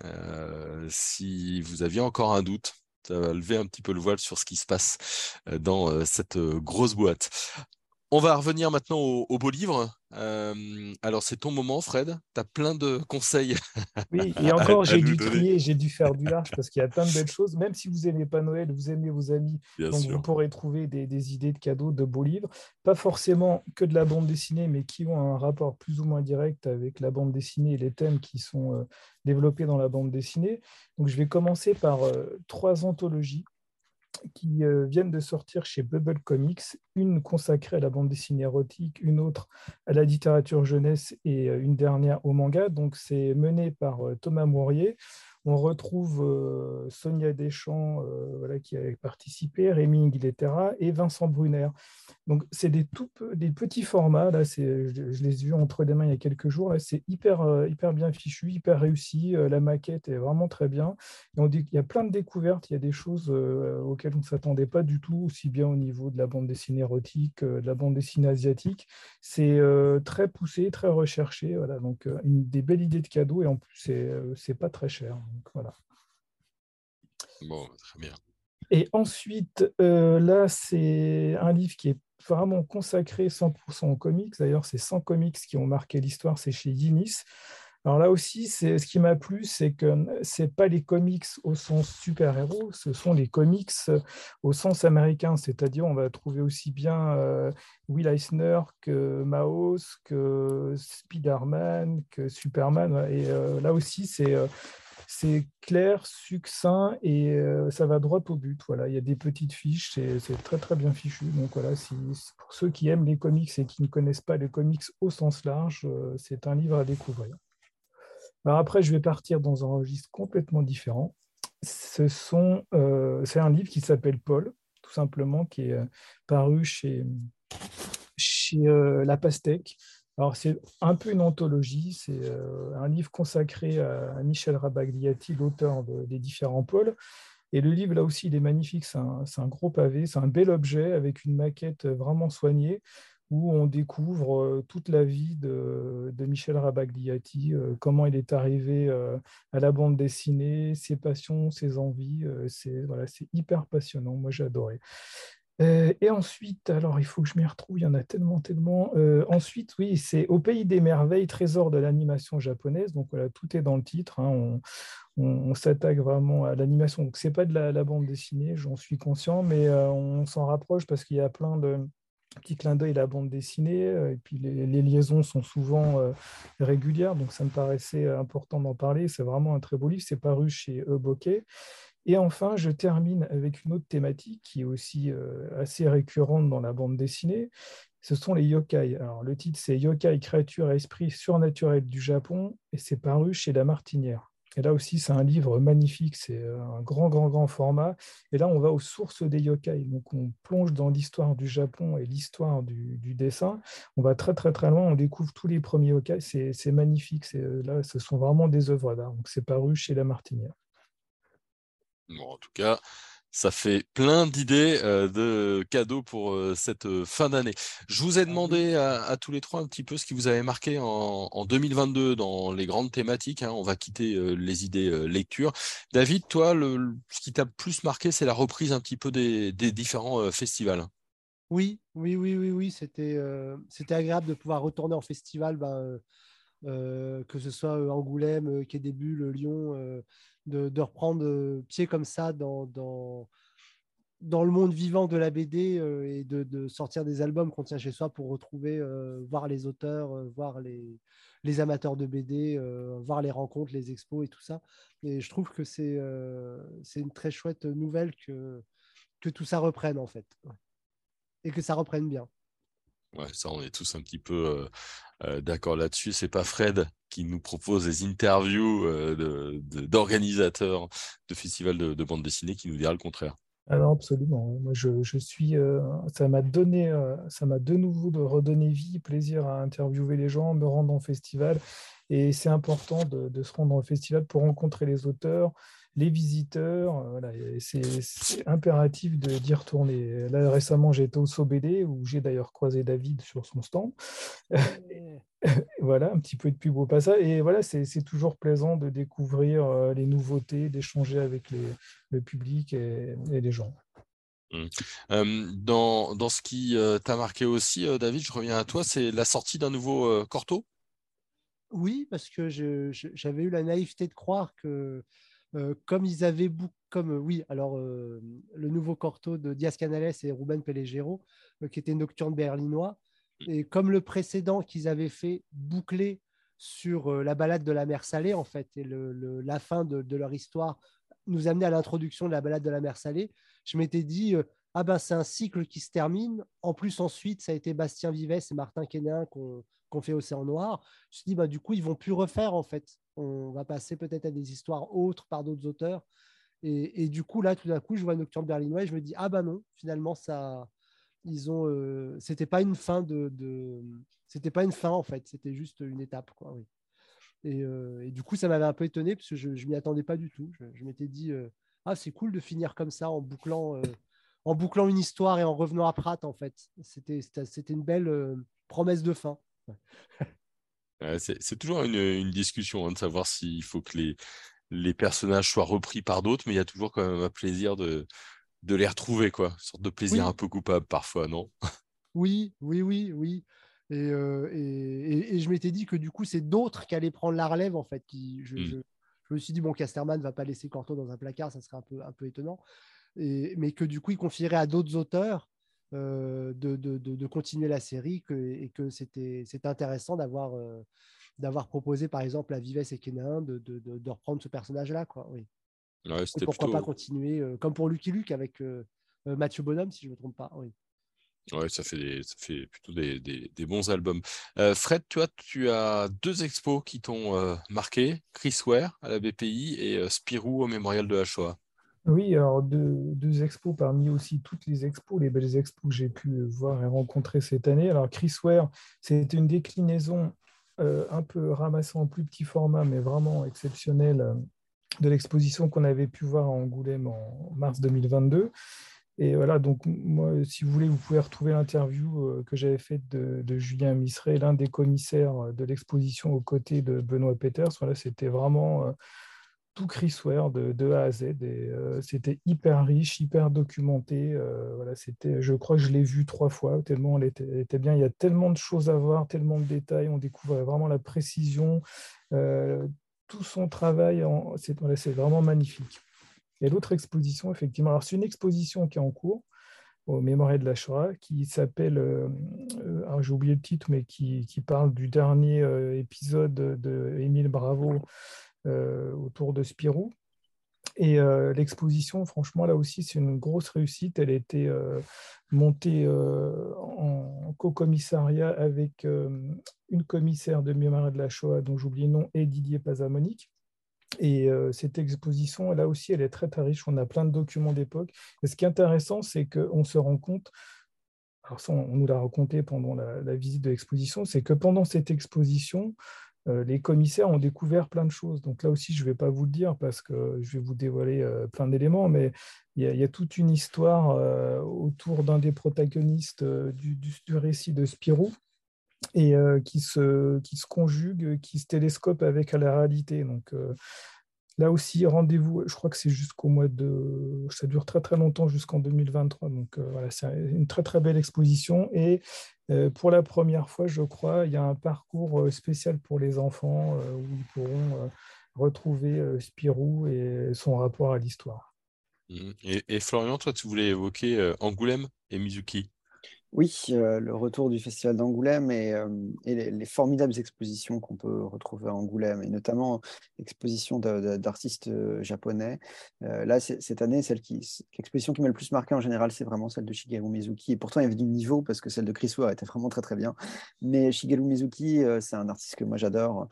Si vous aviez encore un doute, ça va lever un petit peu le voile sur ce qui se passe dans cette grosse boîte. On va revenir maintenant au beau livre. Alors, c'est ton moment, Fred. Tu as plein de conseils Oui, et à, encore, à j'ai nous dû donner. trier, j'ai dû faire du large parce qu'il y a plein de belles choses. Même si vous n'aimez pas Noël, vous aimez vos amis, Bien donc vous sûr. pourrez trouver des idées de cadeaux, de beaux livres. Pas forcément que de la bande dessinée, mais qui ont un rapport plus ou moins direct avec la bande dessinée et les thèmes qui sont développés dans la bande dessinée. Donc, je vais commencer par trois anthologies qui viennent de sortir chez Bubble Comics, une consacrée à la bande dessinée érotique, une autre à la littérature jeunesse et une dernière au manga. Donc, c'est mené par Thomas Mourier. On retrouve Sonia Deschamps, voilà, qui a participé, Rémi Nguilletera et Vincent Brunner. Donc, c'est des petits formats. Là, je les ai vus entre les mains il y a quelques jours. Là, c'est hyper bien fichu, hyper réussi. La maquette est vraiment très bien. Et on dit qu'il y a plein de découvertes. Il y a des choses auxquelles on ne s'attendait pas du tout, aussi bien au niveau de la bande dessinée érotique, de la bande dessinée asiatique. C'est très poussé, très recherché. Voilà. Donc, des belles idées de cadeaux. Et en plus, c'est pas très cher. Donc, voilà. Bon, très bien. Et ensuite, là, c'est un livre qui est vraiment consacré 100% aux comics. D'ailleurs, c'est 100 comics qui ont marqué l'histoire, c'est chez Yinis. Alors là aussi, ce qui m'a plu, c'est que ce n'est pas les comics au sens super-héros, ce sont les comics au sens américain, c'est-à-dire on va trouver aussi bien Will Eisner que Maus, que Spider-Man, que Superman. Et là aussi, c'est clair, succinct et ça va droit au but. Voilà, il y a des petites fiches, c'est très très bien fichu. Donc voilà, pour ceux qui aiment les comics et qui ne connaissent pas les comics au sens large, c'est un livre à découvrir. Alors après, je vais partir dans un registre complètement différent. C'est un livre qui s'appelle Paul, tout simplement, qui est paru chez La Pastèque. Alors, c'est un peu une anthologie, c'est un livre consacré à Michel Rabagliati, l'auteur des différents pôles. Et le livre, là aussi, il est magnifique, c'est un gros pavé, c'est un bel objet avec une maquette vraiment soignée où on découvre toute la vie de Michel Rabagliati, comment il est arrivé à la bande dessinée, ses passions, ses envies. Voilà, c'est hyper passionnant, moi j'ai adoré. Et ensuite, alors il faut que je m'y retrouve, il y en a tellement, tellement. Ensuite, oui, c'est Au pays des merveilles, trésor de l'animation japonaise. Donc voilà, tout est dans le titre, hein. On s'attaque vraiment à l'animation. Donc c'est pas de la bande dessinée, j'en suis conscient, mais on s'en rapproche parce qu'il y a plein de petits clins d'œil à la bande dessinée. Et puis les liaisons sont souvent régulières, donc ça me paraissait important d'en parler. C'est vraiment un très beau livre. C'est paru chez Bokeh. Et enfin, je termine avec une autre thématique qui est aussi assez récurrente dans la bande dessinée. Ce sont les yokai. Alors, le titre, c'est Yokai, créatures et esprits surnaturels du Japon, et c'est paru chez La Martinière. Et là aussi, c'est un livre magnifique, c'est un grand, grand, grand format. Et là, on va aux sources des yokai. Donc, on plonge dans l'histoire du Japon et l'histoire du dessin. On va très, très, très loin. On découvre tous les premiers yokai. C'est magnifique. Là, ce sont vraiment des œuvres d'art. Donc, c'est paru chez La Martinière. Bon, en tout cas, ça fait plein d'idées de cadeaux pour cette fin d'année. Je vous ai demandé à tous les trois un petit peu ce qui vous avait marqué en 2022 dans les grandes thématiques, hein. On va quitter les idées lecture. David, toi, ce qui t'a plus marqué, c'est la reprise un petit peu des différents festivals. Oui, oui, oui, oui, oui, c'était agréable de pouvoir retourner en festival, que ce soit Angoulême, Quai des Bulles, Lyon, de reprendre pied comme ça dans le monde vivant de la BD, et de sortir des albums qu'on tient chez soi pour retrouver, voir les auteurs, voir les amateurs de BD, voir les rencontres, les expos et tout ça. Et je trouve que c'est une très chouette nouvelle que tout ça reprenne en fait, et que ça reprenne bien. Ouais, ça, on est tous un petit peu d'accord là-dessus. C'est pas Fred qui nous propose des interviews d'organisateurs de festivals de bande dessinée qui nous dira le contraire. Alors absolument. Moi, je suis. Ça m'a de nouveau redonné vie, plaisir à interviewer les gens, me rendre en festival. Et c'est important de se rendre en festival pour rencontrer les auteurs, les visiteurs. Voilà, et c'est impératif d'y retourner. Là, récemment, j'ai été au SoBD où j'ai d'ailleurs croisé David sur son stand. Voilà, un petit peu de pub au passage. Et voilà, c'est toujours plaisant de découvrir les nouveautés, d'échanger avec le public et les gens. Dans ce qui t'a marqué aussi, David, je reviens à toi, c'est la sortie d'un nouveau Corto. Oui, parce que j'avais eu la naïveté de croire que, comme ils avaient oui, alors le nouveau Corto de Diaz Canales et Ruben Pellegero, qui était Nocturne berlinois, et comme le précédent qu'ils avaient fait boucler sur la balade de la mer Salée, en fait, et la fin de leur histoire nous amenait à l'introduction de la balade de la mer Salée, je m'étais dit, ah ben c'est un cycle qui se termine. En plus, ensuite, ça a été Bastien Vives et Martin Quénin qu'on fait Océan Noir. Je me suis dit, bah, du coup, ils vont plus refaire, en fait. On va passer peut-être à des histoires autres par d'autres auteurs. Et du coup, là, tout d'un coup, je vois Nocturne berlinois et je me dis, ah bah non, finalement, c'était pas une fin c'était pas une fin, en fait. C'était juste une étape, quoi. Oui. Et du coup, ça m'avait un peu étonné parce que je m'y attendais pas du tout. Je m'étais dit, ah, c'est cool de finir comme ça en bouclant une histoire et en revenant à Pratt, en fait. C'était une belle promesse de fin. C'est toujours une discussion, hein, de savoir s'il faut que les personnages soient repris par d'autres, mais il y a toujours quand même un plaisir de les retrouver, quoi. Une sorte de plaisir un Oui, peu coupable parfois, non? oui, oui, oui, oui. Et je m'étais dit que du coup, c'est d'autres qui allaient prendre la relève, en fait. Je me suis dit, bon, Casterman ne va pas laisser Corto dans un placard, ça serait un peu étonnant. Mais que du coup, il confierait à d'autres auteurs de continuer la série, et que c'était intéressant d'avoir proposé, par exemple, à Vives et Kenain de reprendre ce personnage-là, quoi. Oui. Ouais, Et c'était pourquoi pas plutôt. continuer, comme pour Lucky Luke avec Mathieu Bonhomme, si je ne me trompe pas. Oui. Ouais, ça fait plutôt des bons albums. Fred, tu as deux expos qui t'ont marqué, Chris Ware à la BPI et Spirou au Mémorial de la Shoah. Oui, alors deux expos parmi aussi toutes les expos, les belles expos que j'ai pu voir et rencontrer cette année. Alors Chris Ware, c'était une déclinaison un peu ramassée en plus petit format, mais vraiment exceptionnelle de l'exposition qu'on avait pu voir à Angoulême en mars 2022. Et voilà, donc moi, si vous voulez, vous pouvez retrouver l'interview que j'avais faite de Julien Misseret, l'un des commissaires de l'exposition aux côtés de Benoît Peters. Voilà, c'était vraiment tout Chris Ware de A à Z. Et c'était hyper riche, hyper documenté. Voilà, je crois que je l'ai vu 3 fois, tellement elle était bien. Il y a tellement de choses à voir, tellement de détails. On découvre vraiment la précision, euh, tout son travail. Voilà, c'est vraiment magnifique. Et l'autre exposition, effectivement, alors c'est une exposition qui est en cours au Mémorial de la Shoah, qui s'appelle, alors j'ai oublié le titre, mais qui parle du dernier épisode de Émile Bravo autour de Spirou. Et l'exposition, franchement, là aussi, c'est une grosse réussite. Elle a été montée en co-commissariat avec une commissaire de Mémorial de la Shoah, dont j'oublie le nom, et Didier Pazamonique. Et cette exposition, là aussi, elle est très, très riche. On a plein de documents d'époque. Et ce qui est intéressant, c'est qu'on se rend compte, alors ça, on nous l'a raconté pendant la visite de l'exposition, c'est que pendant cette exposition, les commissaires ont découvert plein de choses. Donc là aussi, je ne vais pas vous le dire parce que je vais vous dévoiler plein d'éléments, mais il y a toute une histoire autour d'un des protagonistes du récit de Spirou et qui se conjugue, qui se télescope avec la réalité. Donc là aussi, rendez-vous, je crois que c'est jusqu'au mois de... Ça dure très très longtemps, jusqu'en 2023. Donc voilà, c'est une très très belle exposition. Et pour la première fois, je crois, il y a un parcours spécial pour les enfants où ils pourront retrouver Spirou et son rapport à l'histoire. Mhm. Et Florian, toi, tu voulais évoquer Angoulême et Mizuki. Oui, le retour du Festival d'Angoulême et les formidables expositions qu'on peut retrouver à Angoulême, et notamment l'exposition d'artistes japonais. Là, cette année, l'exposition qui m'a le plus marqué en général, c'est vraiment celle de Shigeru Mizuki. Et pourtant, il y avait du niveau parce que celle de Chris Ware était vraiment très très bien. Mais Shigeru Mizuki, c'est un artiste que moi j'adore.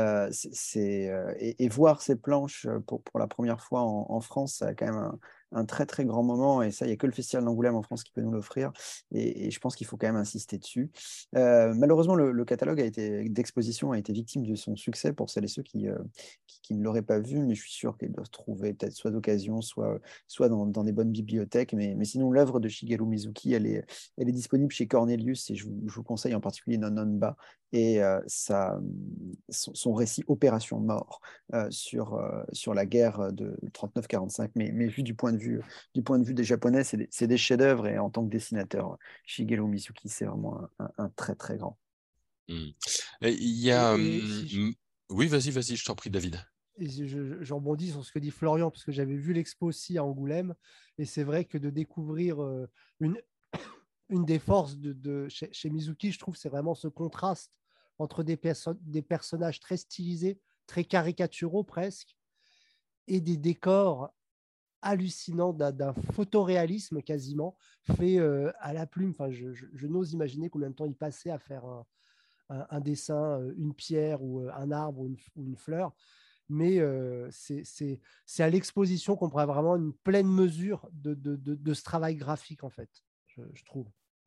Et voir ses planches pour la première fois en France, ça a quand même un très très grand moment. Et ça, il n'y a que le Festival d'Angoulême en France qui peut nous l'offrir. Et je pense qu'il faut quand même insister dessus. Malheureusement, le catalogue d'exposition a été victime de son succès pour celles et ceux qui ne l'auraient pas vu, mais je suis sûr qu'il doit se trouver peut-être soit d'occasion, soit dans des bonnes bibliothèques. Mais sinon, l'œuvre de Shigeru Mizuki, elle est disponible chez Cornelius et je vous conseille en particulier Nononba et son récit Opération Mort sur la guerre de 39-45, mais vu du point de vue des Japonais, c'est des chefs-d'œuvre et en tant que dessinateur, Shigeru Mizuki, c'est vraiment un très très grand. Mhm. Et il y a... Et si je, Oui, vas-y, je t'en prie, David. et je rebondis sur ce que dit Florian, parce que j'avais vu l'expo aussi à Angoulême, et c'est vrai que de découvrir une des forces chez Mizuki, je trouve, c'est vraiment ce contraste entre des personnages très stylisés, très caricaturaux presque, et des décors hallucinants d'un photoréalisme quasiment fait à la plume. Enfin, je n'ose imaginer combien de temps il passait à faire un dessin, une pierre ou un arbre ou une fleur. Mais c'est à l'exposition qu'on prend vraiment une pleine mesure de ce travail graphique, en fait, je trouve.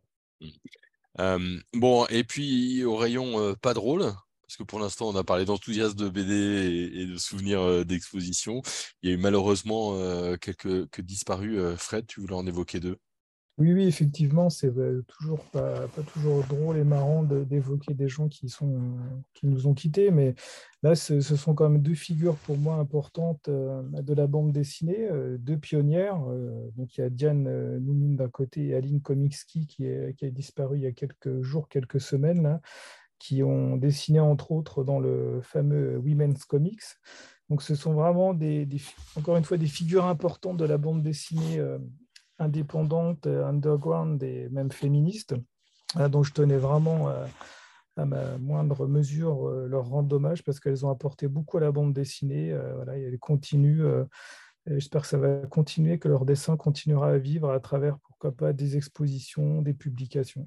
Bon, et puis au rayon pas drôle, parce que pour l'instant on a parlé d'enthousiasme de BD et de souvenirs d'exposition. Il y a eu malheureusement quelques disparus. Fred, tu voulais en évoquer deux? Oui, oui, effectivement, c'est toujours pas toujours drôle et marrant d'évoquer des gens qui nous ont quittés, mais là, ce sont quand même deux figures pour moi importantes de la bande dessinée, deux pionnières. Donc, il y a Diane Noumine d'un côté et Aline Komicki qui a disparu il y a quelques jours, quelques semaines, là, qui ont dessiné entre autres dans le fameux Women's Comics. Donc, ce sont vraiment encore une fois des figures importantes de la bande dessinée indépendante, underground et même féministe, dont je tenais vraiment à ma moindre mesure, leur rendre hommage parce qu'elles ont apporté beaucoup à la bande dessinée. Voilà, et elles continuent. Et j'espère que ça va continuer, que leur dessin continuera à vivre à travers, pourquoi pas, des expositions, des publications.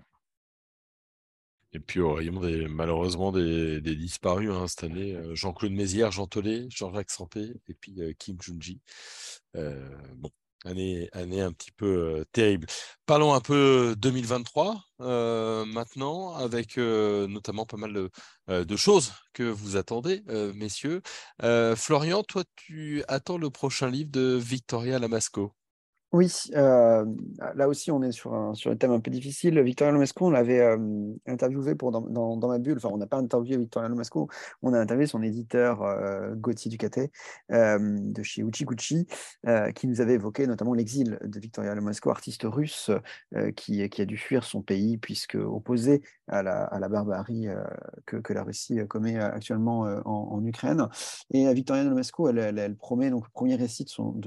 Et puis au rayon malheureusement des disparus cette année, Jean-Claude Mézières, Jean Tollet, Jean-Jacques Santé et puis Kim Junji. Bon, année un petit peu terrible. Parlons un peu 2023 maintenant, avec notamment pas mal de choses que vous attendez, messieurs. Florian, toi, tu attends le prochain livre de Victoria Lamasco. Oui, là aussi, on est sur un thème un peu difficile. Victoria Lomasco, on l'avait interviewé dans ma bulle. Enfin, on n'a pas interviewé Victoria Lomasco, on a interviewé son éditeur Gauthier Ducatet de chez Uchikuchi, qui nous avait évoqué notamment l'exil de Victoria Lomasco, artiste russe qui a dû fuir son pays puisque opposé à la barbarie que la Russie commet actuellement en Ukraine. Et Victoria Lomasco, elle promet donc le premier récit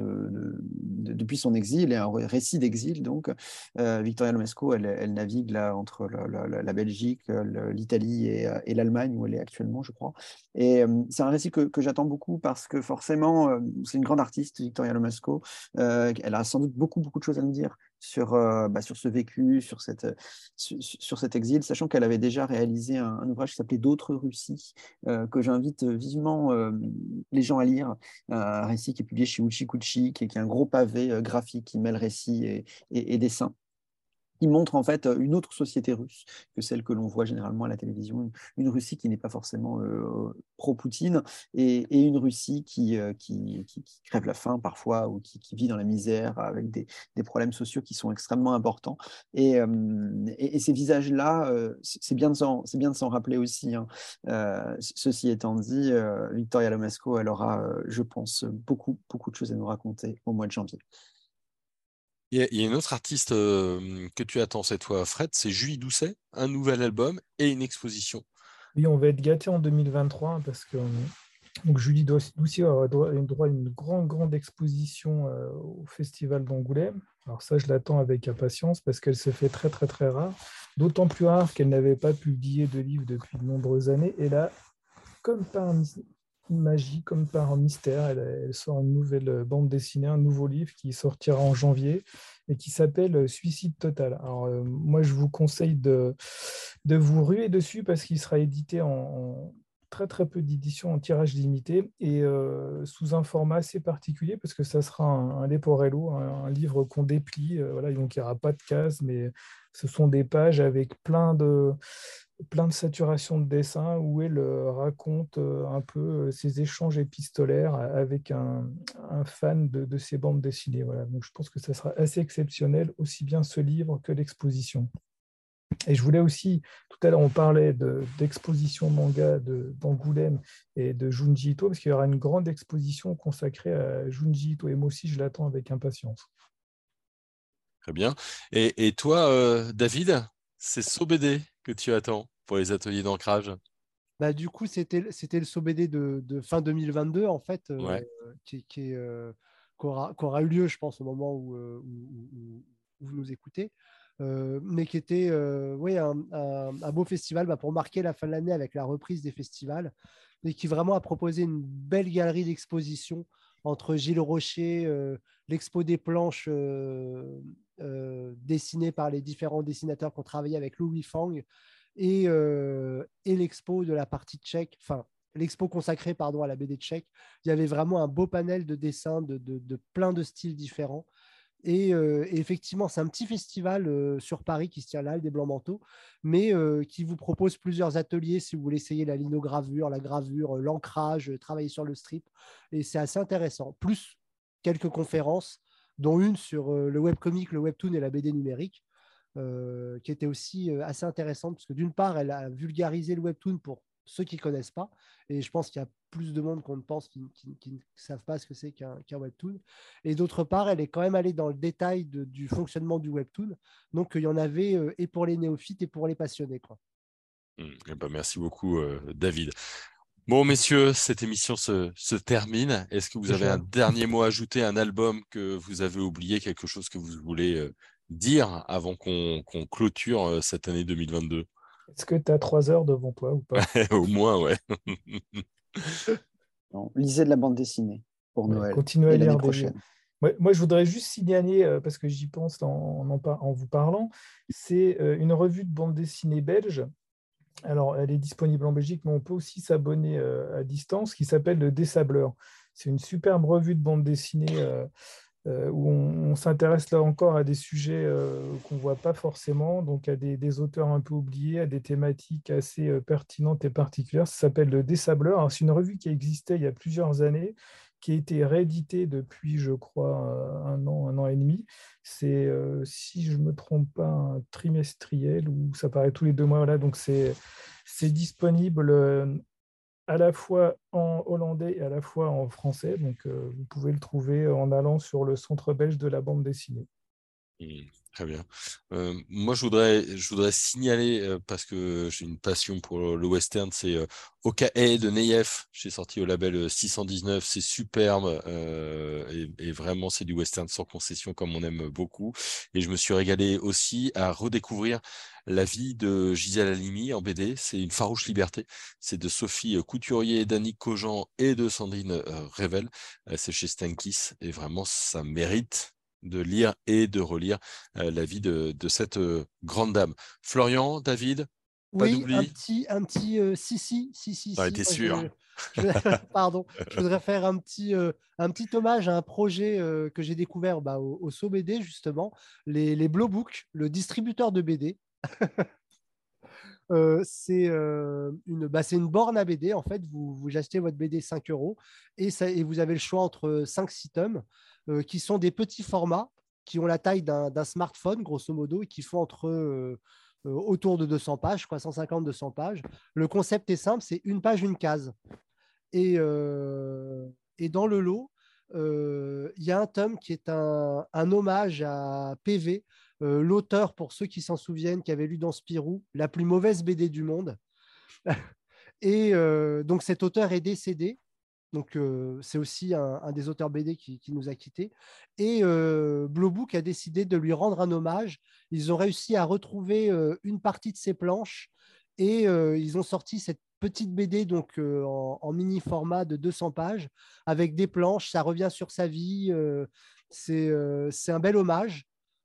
depuis son exil, et un récit d'exil. Donc, Victoria Lomasco, elle navigue là entre la Belgique, l'Italie et l'Allemagne, où elle est actuellement, je crois. Et c'est un récit que j'attends beaucoup parce que forcément, c'est une grande artiste, Victoria Lomasco. Elle a sans doute beaucoup de choses à nous dire sur ce vécu, sur cet exil, sachant qu'elle avait déjà réalisé un ouvrage qui s'appelait D'autres Russies, que j'invite vivement les gens à lire. Un récit qui est publié chez Uchikuchi, qui est un gros pavé graphique qui mêle récit et dessin. Il montre en fait une autre société russe que celle que l'on voit généralement à la télévision, une Russie qui n'est pas forcément pro-Poutine, et une Russie qui crève la faim parfois, ou qui vit dans la misère avec des problèmes sociaux qui sont extrêmement importants. Et ces visages-là, c'est bien de s'en rappeler aussi, hein. Ceci étant dit, Victoria Lomasco, elle aura, je pense, beaucoup de choses à nous raconter au mois de janvier. Il y a une autre artiste que tu attends cette fois, Fred, c'est Julie Doucet, un nouvel album et une exposition. Oui, on va être gâtés en 2023 parce que donc Julie Doucet aura droit à une grande exposition au Festival d'Angoulême. Alors ça, je l'attends avec impatience parce qu'elle se fait très rare. D'autant plus rare qu'elle n'avait pas publié de livre depuis de nombreuses années. Et là, comme par magie, comme par un mystère, elle sort une nouvelle bande dessinée, un nouveau livre qui sortira en janvier et qui s'appelle Suicide Total. Alors moi, je vous conseille de vous ruer dessus parce qu'il sera édité en très peu d'éditions, en tirage limité, et sous un format assez particulier parce que ça sera un leporello, un livre qu'on déplie. Voilà, donc il n'y aura pas de cases, mais ce sont des pages avec plein de saturation de dessin où elle raconte un peu ses échanges épistolaires avec un fan de ses bandes dessinées. Voilà. Donc je pense que ça sera assez exceptionnel, aussi bien ce livre que l'exposition. Et je voulais aussi, tout à l'heure, on parlait d'exposition manga d'Angoulême et de Junji Ito, parce qu'il y aura une grande exposition consacrée à Junji Ito, et moi aussi, je l'attends avec impatience. Très bien. Et toi, David, c'est SoBD que tu attends pour les ateliers d'ancrage? Bah, du coup, c'était le SoBD de fin 2022, en fait, Ouais. qui aura eu lieu, je pense, au moment où vous nous écoutez, mais qui était oui, un beau festival pour marquer la fin de l'année avec la reprise des festivals, et qui vraiment a proposé une belle galerie d'exposition entre Gilles Rocher, l'expo des planches dessinées par les différents dessinateurs qui ont travaillé avec Louis Fang, et l'expo de la partie tchèque, enfin l'expo consacrée à la BD tchèque. Il y avait vraiment un beau panel de dessins de plein de styles différents. Et effectivement, c'est un petit festival sur Paris qui se tient là, des Blancs-Manteaux, mais qui vous propose plusieurs ateliers si vous voulez essayer la linogravure, la gravure, l'ancrage, travailler sur le strip. Et c'est assez intéressant. Plus quelques conférences, dont une sur le webcomic, le webtoon et la BD numérique, qui était aussi assez intéressante, parce que d'une part, elle a vulgarisé le webtoon pour ceux qui ne connaissent pas, et je pense qu'il y a plus de monde qu'on ne pense qui ne savent pas ce que c'est qu'un webtoon. Et d'autre part, elle est quand même allée dans le détail du fonctionnement du webtoon. Donc, il y en avait et pour les néophytes et pour les passionnés, quoi. Eh ben, merci beaucoup, David. Bon, messieurs, cette émission se termine. Est-ce que vous avez un dernier mot à ajouter, un album que vous avez oublié, quelque chose que vous voulez dire avant qu'on clôture cette année 2022? Est-ce que tu as 3 heures devant toi ou pas? Au moins, ouais. Non, lisez de la bande dessinée pour Ouais, Noël continuez à et l'année lire des livres. prochaine. Moi, je voudrais juste signaler, parce que j'y pense en vous parlant, c'est une revue de bande dessinée belge. Alors, elle est disponible en Belgique, mais on peut aussi s'abonner à distance, qui s'appelle Le Désableur. C'est une superbe revue de bande dessinée où on s'intéresse là encore à des sujets qu'on ne voit pas forcément, donc à des auteurs un peu oubliés, à des thématiques assez pertinentes et particulières. Ça s'appelle Le Désableur. Alors, c'est une revue qui existait il y a plusieurs années, qui a été rééditée depuis, je crois, un an et demi. C'est, si je ne me trompe pas, un trimestriel où ça paraît tous les 2 mois. Voilà, donc c'est disponible à la fois en hollandais et à la fois en français. Donc, vous pouvez le trouver en allant sur le Centre belge de la bande dessinée. Très bien. Moi, je voudrais signaler, parce que j'ai une passion pour le western, c'est OKA de Neyef. J'ai sorti au label 619. C'est superbe. Et vraiment, c'est du western sans concession, comme on aime beaucoup. Et je me suis régalé aussi à redécouvrir la vie de Gisèle Halimi en BD. C'est Une farouche liberté. C'est de Sophie Couturier, d'Annick Cogent et de Sandrine Revel. C'est chez Stankis. Et vraiment, ça mérite de lire et de relire la vie de cette grande dame. Florian, David, pas Oui, d'oubli? si. Ah, t'es Moi, sûr? pardon, je voudrais faire un petit hommage à un projet que j'ai découvert au Saut BD, justement, les Blow Books, le distributeur de BD. C'est une borne à BD. En fait, vous achetez votre BD 5 euros et vous avez le choix entre 5-6 tomes qui sont des petits formats qui ont la taille d'un smartphone, grosso modo, et qui font autour de 200 pages, quoi, 150-200 pages. Le concept est simple, c'est une page, une case. Et, euh, et dans le lot, il y a un tome qui est un hommage à PV, l'auteur, pour ceux qui s'en souviennent, qui avait lu dans Spirou, la plus mauvaise BD du monde. Et donc cet auteur est décédé. Donc c'est aussi un des auteurs BD qui nous a quittés. Et Blowbook a décidé de lui rendre un hommage. Ils ont réussi à retrouver une partie de ses planches et ils ont sorti cette petite BD donc en mini format de 200 pages avec des planches. Ça revient sur sa vie. C'est un bel hommage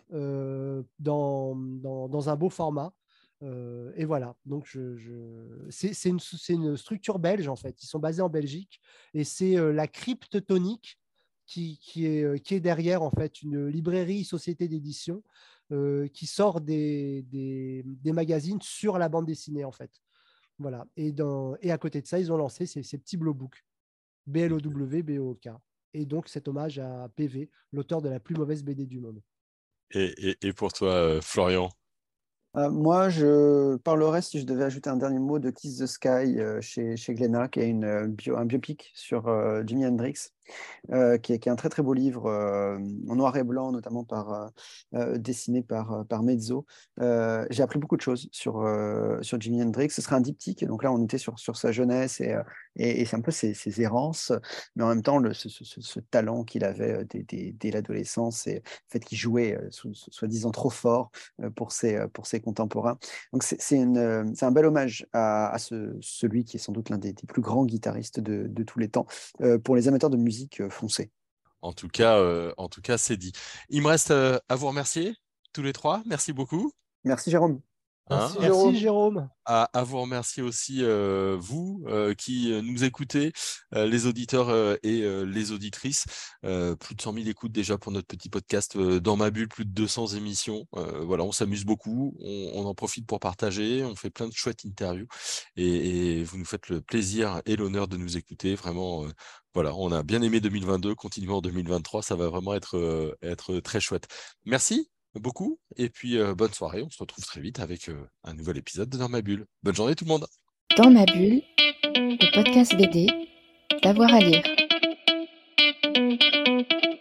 dans un beau format. Et voilà, donc c'est une structure belge en fait. Ils sont basés en Belgique et c'est la Crypte Tonique qui est derrière en fait une librairie société d'édition qui sort des magazines sur la bande dessinée en fait. Voilà. Et à côté de ça, ils ont lancé ces petits Blowbooks, BLOW, BOK. Et donc cet hommage à PV, l'auteur de la plus mauvaise BD du monde. Et pour toi, Florian? Moi, je parlerais, si je devais ajouter un dernier mot, de Kiss the Sky chez Glénat, qui est un biopic sur Jimi Hendrix, qui est un très très beau livre en noir et blanc, notamment dessiné par Mezzo. J'ai appris beaucoup de choses sur Jimi Hendrix. Ce serait un diptyque, donc là on était sur sa jeunesse et c'est un peu ses errances, mais en même temps ce talent qu'il avait dès l'adolescence et le fait qu'il jouait soi-disant trop fort pour ses contemporains. Donc c'est un bel hommage à celui qui est sans doute l'un des plus grands guitaristes de tous les temps. Pour les amateurs de musique, foncez. En tout cas, c'est dit. Il me reste à vous remercier tous les trois. Merci beaucoup. Merci Jérôme. Hein. Merci, Merci Jérôme. Jérôme. À vous remercier aussi, vous qui nous écoutez, les auditeurs et les auditrices. Plus de 100 000 écoutes déjà pour notre petit podcast Dans ma bulle, plus de 200 émissions. Voilà, on s'amuse beaucoup, on en profite pour partager, on fait plein de chouettes interviews et vous nous faites le plaisir et l'honneur de nous écouter. Vraiment, voilà, on a bien aimé 2022, continuons en 2023, ça va vraiment être très chouette. Merci beaucoup. Et puis, bonne soirée. On se retrouve très vite avec un nouvel épisode de Dans ma bulle. Bonne journée tout le monde. Dans ma bulle, le podcast BD, d'avoir à lire.